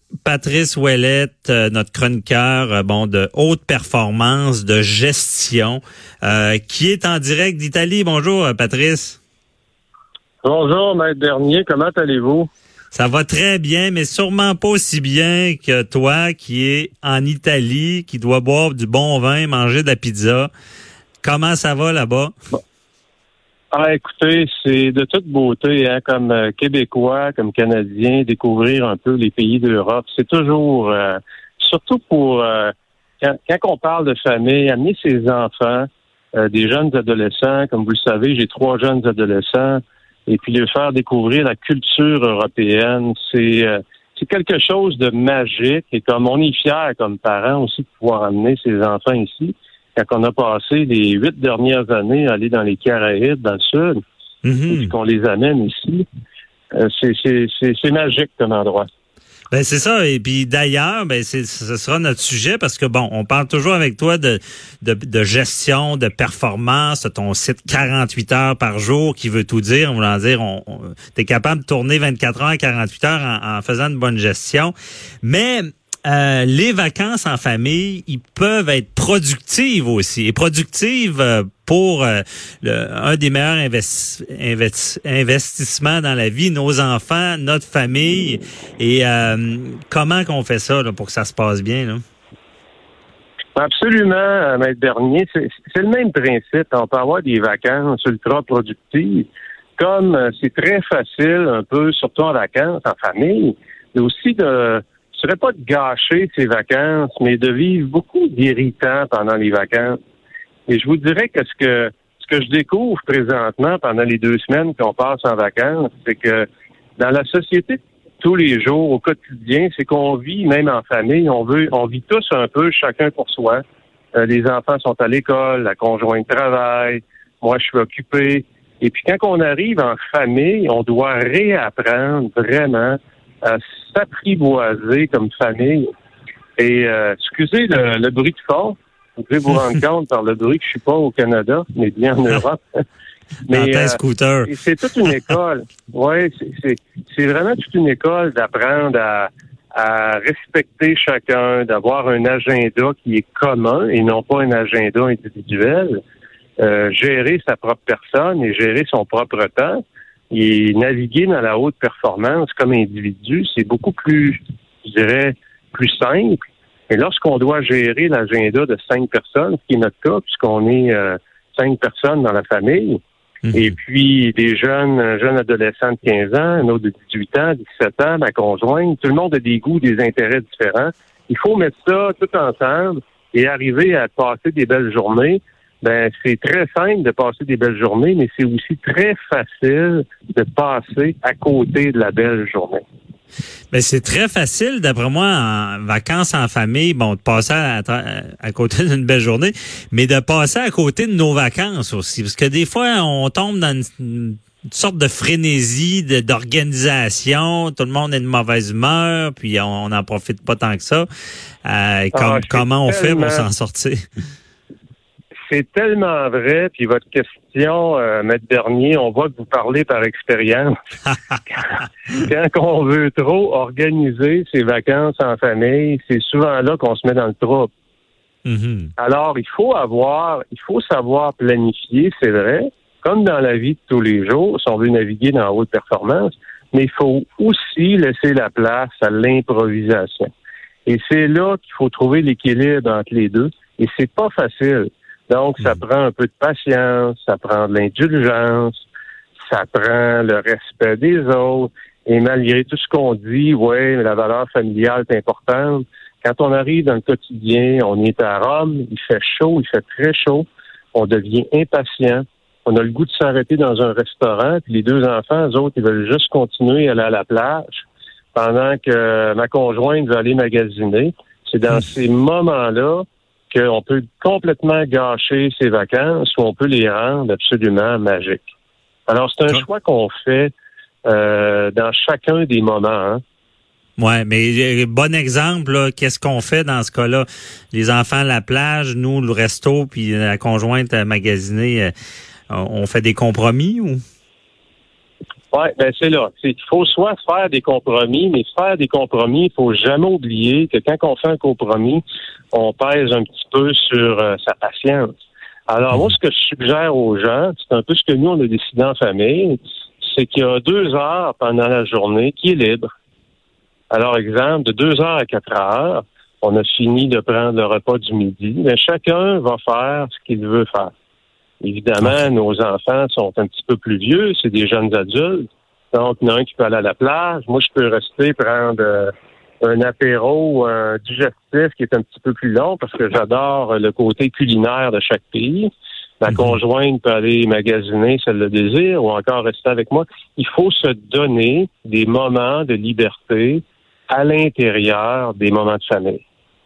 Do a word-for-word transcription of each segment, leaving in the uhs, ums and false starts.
Patrice Ouellette, euh, notre chroniqueur, euh, bon, de haute performance, de gestion, euh, qui est en direct d'Italie. Bonjour, euh, Patrice. Bonjour, Maître Bernier. Comment allez-vous? Ça va très bien, mais sûrement pas aussi bien que toi qui es en Italie, qui doit boire du bon vin, manger de la pizza. Comment ça va là-bas? Bon. Ah, écoutez, c'est de toute beauté, hein, comme euh, Québécois, comme Canadien, découvrir un peu les pays d'Europe. C'est toujours, euh, surtout pour, euh, quand, quand on parle de famille, amener ses enfants, euh, des jeunes adolescents, comme vous le savez, j'ai trois jeunes adolescents, et puis leur faire découvrir la culture européenne, c'est, euh, c'est quelque chose de magique, et comme on est fiers comme parents aussi de pouvoir amener ses enfants ici. Quand on a passé les huit dernières années à aller dans les Caraïbes, dans le sud, mm-hmm. et puis qu'on les amène ici, euh, c'est, c'est, c'est, c'est magique comme endroit. Ben c'est ça. Et puis d'ailleurs, ben c'est ce sera notre sujet parce que bon, on parle toujours avec toi de de, de gestion, de performance, de ton site quarante-huit heures par jour qui veut tout dire. En voulant dire, on, on t'es capable de tourner vingt-quatre heures, quarante-huit heures en, en faisant une bonne gestion, mais Euh, les vacances en famille, ils peuvent être productives aussi. Et productives euh, pour euh, le, un des meilleurs investi- investi- investissements dans la vie, nos enfants, notre famille. Et euh, comment qu'on fait ça là, pour que ça se passe bien, là? Absolument, Maître Bernier. C'est, c'est le même principe. On peut avoir des vacances ultra productives. Comme euh, c'est très facile, un peu, surtout en vacances, en famille, mais aussi de... Ce serait pas de gâcher ses vacances, mais de vivre beaucoup d'irritants pendant les vacances. Et je vous dirais que ce que ce que je découvre présentement pendant les deux semaines qu'on passe en vacances, c'est que dans la société de tous les jours, au quotidien, c'est qu'on vit, même en famille, on veut, on vit tous un peu chacun pour soi. Euh, les enfants sont à l'école, la conjointe travaille, moi je suis occupé. Et puis quand on arrive en famille, on doit réapprendre vraiment à s'apprivoiser comme famille. Et euh, excusez le, le bruit de fond. Vous pouvez vous rendre compte par le bruit que je suis pas au Canada, mais bien en Europe. Mais euh, scooter. C'est toute une école. Oui, c'est, c'est, c'est vraiment toute une école d'apprendre à, à respecter chacun, d'avoir un agenda qui est commun et non pas un agenda individuel. Euh, gérer sa propre personne et gérer son propre temps. Et naviguer dans la haute performance comme individu, c'est beaucoup plus, je dirais, plus simple. Et lorsqu'on doit gérer l'agenda de cinq personnes, ce qui est notre cas, puisqu'on est euh, cinq personnes dans la famille, mmh. et puis des jeunes, jeunes adolescents de quinze ans, un autre de dix-huit ans, dix-sept ans, ma conjointe, tout le monde a des goûts, des intérêts différents. Il faut mettre ça tout ensemble et arriver à passer des belles journées. Ben, c'est très simple de passer des belles journées, mais c'est aussi très facile de passer à côté de la belle journée. Ben, c'est très facile, d'après moi, en vacances en famille, bon, de passer à, à côté d'une belle journée, mais de passer à côté de nos vacances aussi. Parce que des fois, on tombe dans une, une sorte de frénésie, de, d'organisation, tout le monde est de mauvaise humeur, puis on n'en profite pas tant que ça. Euh, comme, ah, comment on tellement... fait pour s'en sortir? C'est tellement vrai, puis votre question, euh, Maître Bernier, on voit que vous parlez par expérience. Quand on veut trop organiser ses vacances en famille, c'est souvent là qu'on se met dans le trouble. Mm-hmm. Alors, il faut avoir, il faut savoir planifier, c'est vrai, comme dans la vie de tous les jours, si on veut naviguer dans la haute performance, mais il faut aussi laisser la place à l'improvisation. Et c'est là qu'il faut trouver l'équilibre entre les deux, et c'est pas facile. Donc, ça mmh. prend un peu de patience, ça prend de l'indulgence, ça prend le respect des autres. Et malgré tout ce qu'on dit, ouais, la valeur familiale est importante. Quand on arrive dans le quotidien, on est à Rome, il fait chaud, il fait très chaud, on devient impatient. On a le goût de s'arrêter dans un restaurant, puis les deux enfants, eux autres, ils veulent juste continuer à aller à la plage pendant que ma conjointe veut aller magasiner. C'est dans mmh. ces moments-là qu'on peut complètement gâcher ses vacances ou on peut les rendre absolument magiques. Alors, c'est un ah. choix qu'on fait euh, dans chacun des moments. Hein. Ouais, mais bon exemple, là, qu'est-ce qu'on fait dans ce cas-là? Les enfants à la plage, nous, le resto, puis la conjointe à magasiner, on fait des compromis ou? Oui, ben c'est là. Il faut soit faire des compromis, mais faire des compromis, il faut jamais oublier que quand on fait un compromis, on pèse un petit peu sur euh, sa patience. Alors, moi, ce que je suggère aux gens, c'est un peu ce que nous, on a décidé en famille, c'est qu'il y a deux heures pendant la journée qui est libre. Alors, exemple, de deux heures à quatre heures, on a fini de prendre le repas du midi, mais chacun va faire ce qu'il veut faire. Évidemment, okay. Nos enfants sont un petit peu plus vieux, c'est des jeunes adultes. Donc, il y en a un qui peut aller à la plage. Moi, je peux rester prendre euh, un apéro ou un digestif qui est un petit peu plus long parce que j'adore le côté culinaire de chaque pays. Ma mm-hmm. conjointe peut aller magasiner si elle le désire ou encore rester avec moi. Il faut se donner des moments de liberté à l'intérieur des moments de famille.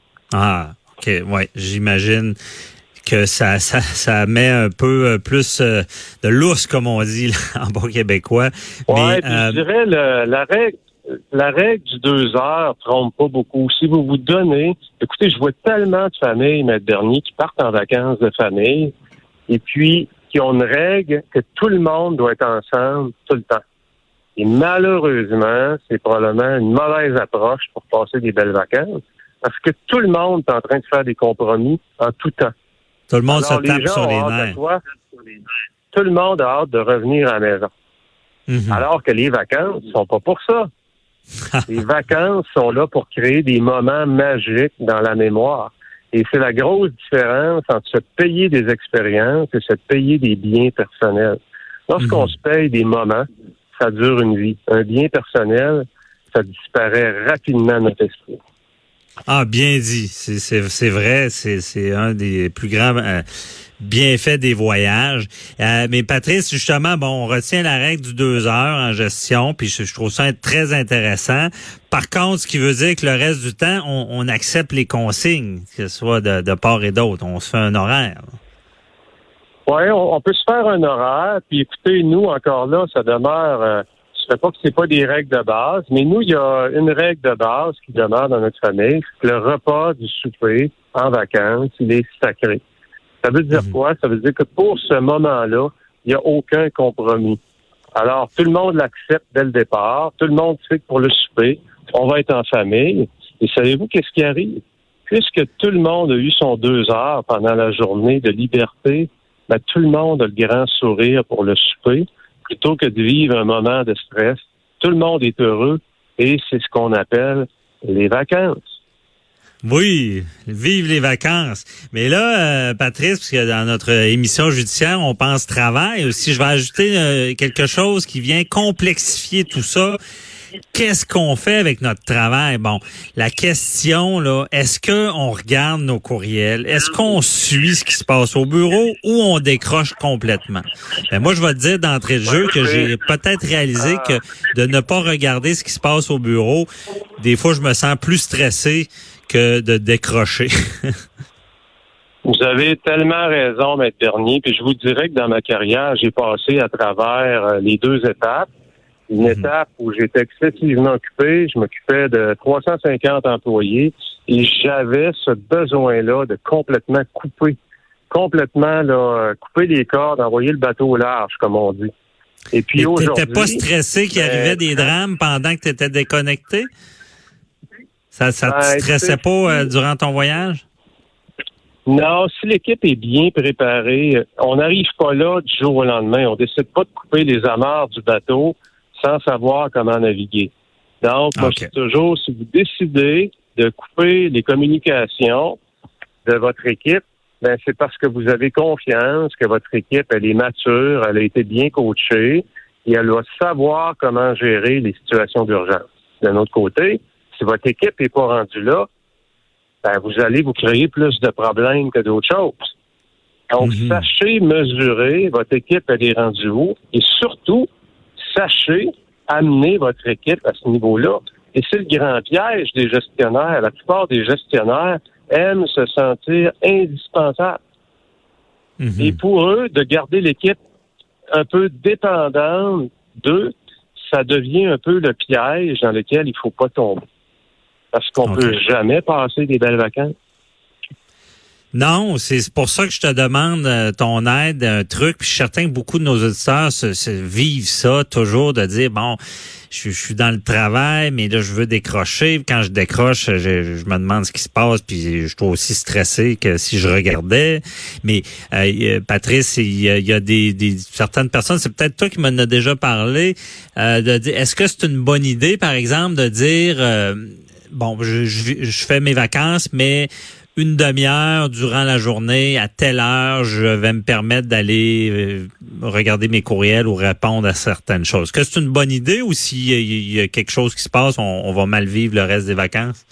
Ah, OK, ouais, j'imagine que ça, ça, ça met un peu plus euh, de lousse, comme on dit là, en bon québécois. Oui, Mais, puis euh... je dirais le, la règle la règle du deux heures trompe pas beaucoup. Si vous vous donnez, écoutez, je vois tellement de familles, Maître Bernier, qui partent en vacances de famille et puis qui ont une règle que tout le monde doit être ensemble tout le temps. Et malheureusement, c'est probablement une mauvaise approche pour passer des belles vacances parce que tout le monde est en train de faire des compromis en tout temps. Tout le monde Alors, se tape les gens sur les ont hâte nerfs. de toi, tout le monde a hâte de revenir à la maison. Mm-hmm. Alors que les vacances ne sont pas pour ça. Les vacances sont là pour créer des moments magiques dans la mémoire. Et c'est la grosse différence entre se payer des expériences et se payer des biens personnels. Lorsqu'on mm-hmm. se paye des moments, ça dure une vie. Un bien personnel, ça disparaît rapidement de notre esprit. Ah, bien dit. C'est, c'est, c'est vrai. C'est, c'est un des plus grands euh, bienfaits des voyages. Euh, mais Patrice, justement, bon, on retient la règle du deux heures en gestion, puis je, je trouve ça très intéressant. Par contre, ce qui veut dire que le reste du temps, on, on accepte les consignes, que ce soit de, de part et d'autre. On se fait un horaire. Oui, on, on peut se faire un horaire. Puis écoutez, nous, encore là, ça demeure... Euh, je ne sais pas que c'est pas des règles de base, mais nous, il y a une règle de base qui demeure dans notre famille, c'est que le repas du souper en vacances, il est sacré. Ça veut dire quoi? Ça veut dire que pour ce moment-là, il n'y a aucun compromis. Alors, tout le monde l'accepte dès le départ. Tout le monde sait que pour le souper, on va être en famille. Et savez-vous qu'est-ce qui arrive? Puisque tout le monde a eu son deux heures pendant la journée de liberté, ben, tout le monde a le grand sourire pour le souper. Plutôt que de vivre un moment de stress, tout le monde est heureux et c'est ce qu'on appelle les vacances. Oui, vive les vacances. Mais là, euh, Patrice, parce que dans notre émission judiciaire, on pense travail aussi. Je vais ajouter euh, quelque chose qui vient complexifier tout ça. Qu'est-ce qu'on fait avec notre travail? Bon, la question, là, est-ce qu'on regarde nos courriels? Est-ce qu'on suit ce qui se passe au bureau ou on décroche complètement? Ben, moi, je vais te dire d'entrée de jeu que j'ai peut-être réalisé que de ne pas regarder ce qui se passe au bureau, des fois, je me sens plus stressé que de décrocher. Vous avez tellement raison, Maître Bernier, puis je vous dirais que dans ma carrière, j'ai passé à travers les deux étapes. Une mmh. étape où j'étais excessivement occupé, je m'occupais de trois cent cinquante employés et j'avais ce besoin-là de complètement couper, complètement là, couper les cordes, envoyer le bateau au large, comme on dit. Et puis et aujourd'hui... t'étais pas stressé qu'il ben, arrivait des drames pendant que tu étais déconnecté? Ça, ça ben, te stressait pas euh, durant ton voyage? Non, si l'équipe est bien préparée, on n'arrive pas là du jour au lendemain. On décide pas de couper les amarres du bateau sans savoir comment naviguer. Donc, moi, okay. je dis toujours, si vous décidez de couper les communications de votre équipe, ben c'est parce que vous avez confiance que votre équipe, elle est mature, elle a été bien coachée et elle va savoir comment gérer les situations d'urgence. D'un autre côté, si votre équipe n'est pas rendue là, ben vous allez vous créer plus de problèmes que d'autres choses. Donc, mm-hmm. sachez mesurer votre équipe, elle est rendue où et surtout, sachez amener votre équipe à ce niveau-là. Et c'est le grand piège des gestionnaires. La plupart des gestionnaires aiment se sentir indispensables. Mm-hmm. Et pour eux, de garder l'équipe un peu dépendante d'eux, ça devient un peu le piège dans lequel il ne faut pas tomber. Parce qu'on ne okay. peut jamais passer des belles vacances. Non, c'est pour ça que je te demande euh, ton aide, un truc. Puis je suis certain que beaucoup de nos auditeurs se, se vivent ça toujours, de dire, bon, je, je suis dans le travail, mais là, je veux décrocher. Quand je décroche, je, je me demande ce qui se passe, puis je suis aussi stressé que si je regardais. Mais euh, Patrice, il y a, il y a des, des certaines personnes, c'est peut-être toi qui m'en as déjà parlé, euh, de dire, est-ce que c'est une bonne idée, par exemple, de dire, euh, bon, je, je, je fais mes vacances, mais une demi-heure durant la journée, à telle heure, je vais me permettre d'aller euh, regarder mes courriels ou répondre à certaines choses. Est-ce que c'est une bonne idée ou s'il y a quelque chose qui se passe, on, on va mal vivre le reste des vacances?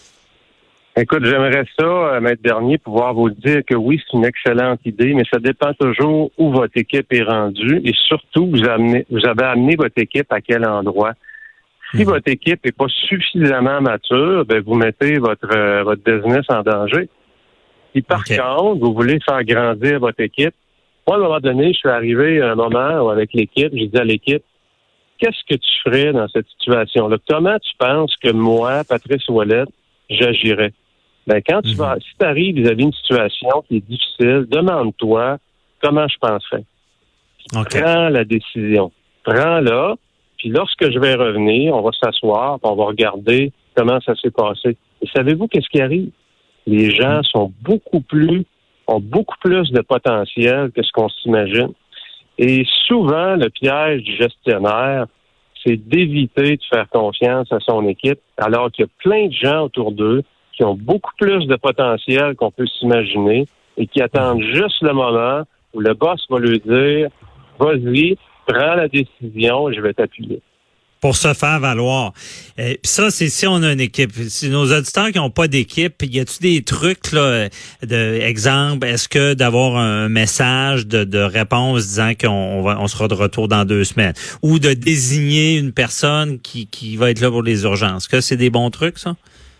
Écoute, j'aimerais ça, euh, Maître Bernier, pouvoir vous dire que oui, c'est une excellente idée, mais ça dépend toujours où votre équipe est rendue et surtout, vous, amenez, vous avez amené votre équipe à quel endroit. Si votre équipe n'est pas suffisamment mature, ben vous mettez votre euh, votre business en danger. Si par okay. contre, vous voulez faire grandir votre équipe, moi, à un moment donné, je suis arrivé à un moment où avec l'équipe, j'ai dit à l'équipe, qu'est-ce que tu ferais dans cette situation-là? Comment tu penses que moi, Patrice Ouellette, j'agirais? Ben, quand tu vas, mm-hmm. si tu arrives vis-à-vis d'une situation qui est difficile, demande-toi comment je penserais. Okay. Prends la décision. Prends-la. Puis lorsque je vais revenir, on va s'asseoir, puis on va regarder comment ça s'est passé. Et savez-vous qu'est-ce qui arrive? Les gens sont beaucoup plus, ont beaucoup plus de potentiel que ce qu'on s'imagine. Et souvent, le piège du gestionnaire, c'est d'éviter de faire confiance à son équipe, alors qu'il y a plein de gens autour d'eux qui ont beaucoup plus de potentiel qu'on peut s'imaginer et qui attendent juste le moment où le boss va lui dire « Vas-y, prends la décision, je vais t'appuyer. » Pour se faire valoir. Et ça, c'est si on a une équipe. Si nos auditeurs qui n'ont pas d'équipe, y a-t-il des trucs, là, de exemple, est-ce que d'avoir un message de, de réponse disant qu'on va, on sera de retour dans deux semaines, ou de désigner une personne qui, qui va être là pour les urgences? Est-ce que c'est des bons trucs, ça?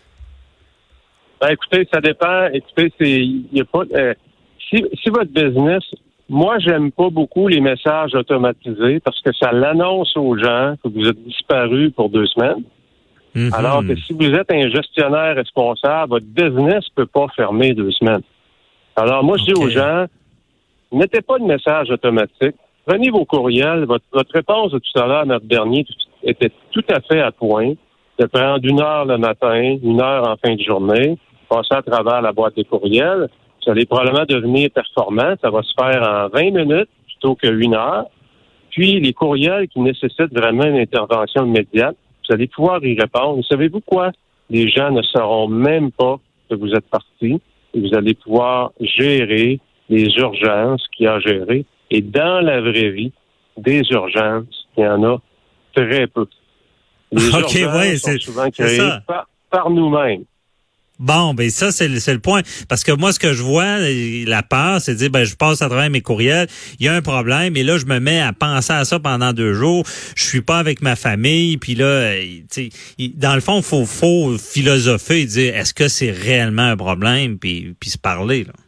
Ben, écoutez, ça dépend. Écoutez, c'est, y a pas, euh, si, si votre business, moi, j'aime pas beaucoup les messages automatisés parce que ça l'annonce aux gens que vous êtes disparu pour deux semaines. Mm-hmm. Alors que si vous êtes un gestionnaire responsable, votre business peut pas fermer deux semaines. Alors, moi, je okay. dis aux gens, mettez pas de message automatique. Prenez vos courriels. Votre, votre réponse de tout à l'heure, notre dernier, était tout à fait à point. De prendre une heure le matin, une heure en fin de journée, passer à travers la boîte des courriels. Vous allez probablement devenir performant. Ça va se faire en vingt minutes plutôt qu'une heure. Puis, les courriels qui nécessitent vraiment une intervention immédiate, vous allez pouvoir y répondre. Et savez-vous quoi? Les gens ne sauront même pas que vous êtes parti. Et vous allez pouvoir gérer les urgences qu'il y a à gérer. Et dans la vraie vie, des urgences, il y en a très peu. Les okay, urgences ouais, sont c'est, souvent créées par, par nous-mêmes. Bon, ben ça, c'est le, c'est le point. Parce que moi, ce que je vois, la peur, c'est de dire, ben je passe à travers mes courriels, il y a un problème, et là, je me mets à penser à ça pendant deux jours. Je suis pas avec ma famille, puis là, tu sais, dans le fond, il faut, faut philosopher et dire, est-ce que c'est réellement un problème, puis, puis se parler, là.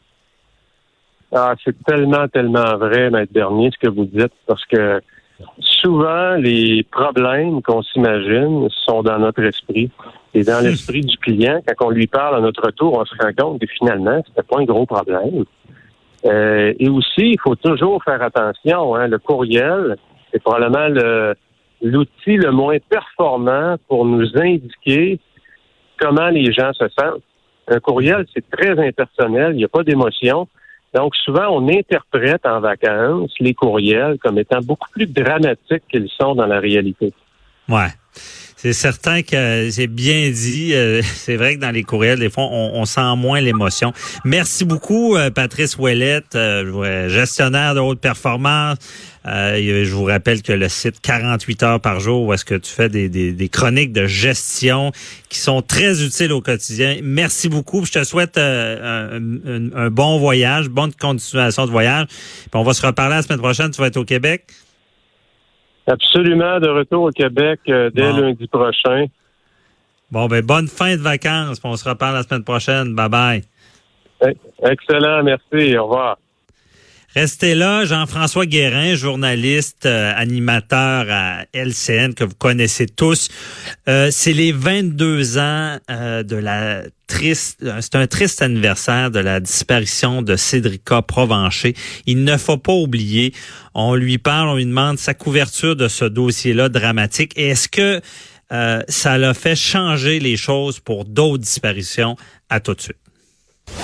Ah, c'est tellement, tellement vrai, Maître Bernier, ce que vous dites, parce que souvent, les problèmes qu'on s'imagine sont dans notre esprit. Et dans l'esprit du client, quand on lui parle à notre tour, on se rend compte que finalement, c'était pas un gros problème. Euh, et aussi, il faut toujours faire attention. Hein, le courriel, c'est probablement le, l'outil le moins performant pour nous indiquer comment les gens se sentent. Un courriel, c'est très impersonnel, il n'y a pas d'émotion. Donc, souvent, on interprète en vacances les courriels comme étant beaucoup plus dramatiques qu'ils sont dans la réalité. Ouais. C'est certain que c'est bien dit. Euh, c'est vrai que dans les courriels, des fois, on, on sent moins l'émotion. Merci beaucoup, euh, Patrice Ouellette, euh, gestionnaire de haute performance. Euh, je vous rappelle que le site quarante-huit heures par jour, où est-ce que tu fais des, des, des chroniques de gestion qui sont très utiles au quotidien. Merci beaucoup. Je te souhaite euh, un, un, un bon voyage, bonne continuation de voyage. Puis on va se reparler la semaine prochaine. Tu vas être au Québec? Absolument, de retour au Québec euh, dès bon. lundi prochain. Bon, ben bonne fin de vacances. On se reparle la semaine prochaine. Bye bye. Excellent, merci. Au revoir. Restez là, Jean-François Guérin, journaliste, euh, animateur à L C N que vous connaissez tous. Euh, c'est les vingt-deux ans euh, de la triste, c'est un triste anniversaire de la disparition de Cédrica Provencher. Il ne faut pas oublier, on lui parle, on lui demande sa couverture de ce dossier-là dramatique. Et est-ce que euh, ça l'a fait changer les choses pour d'autres disparitions? À tout de suite.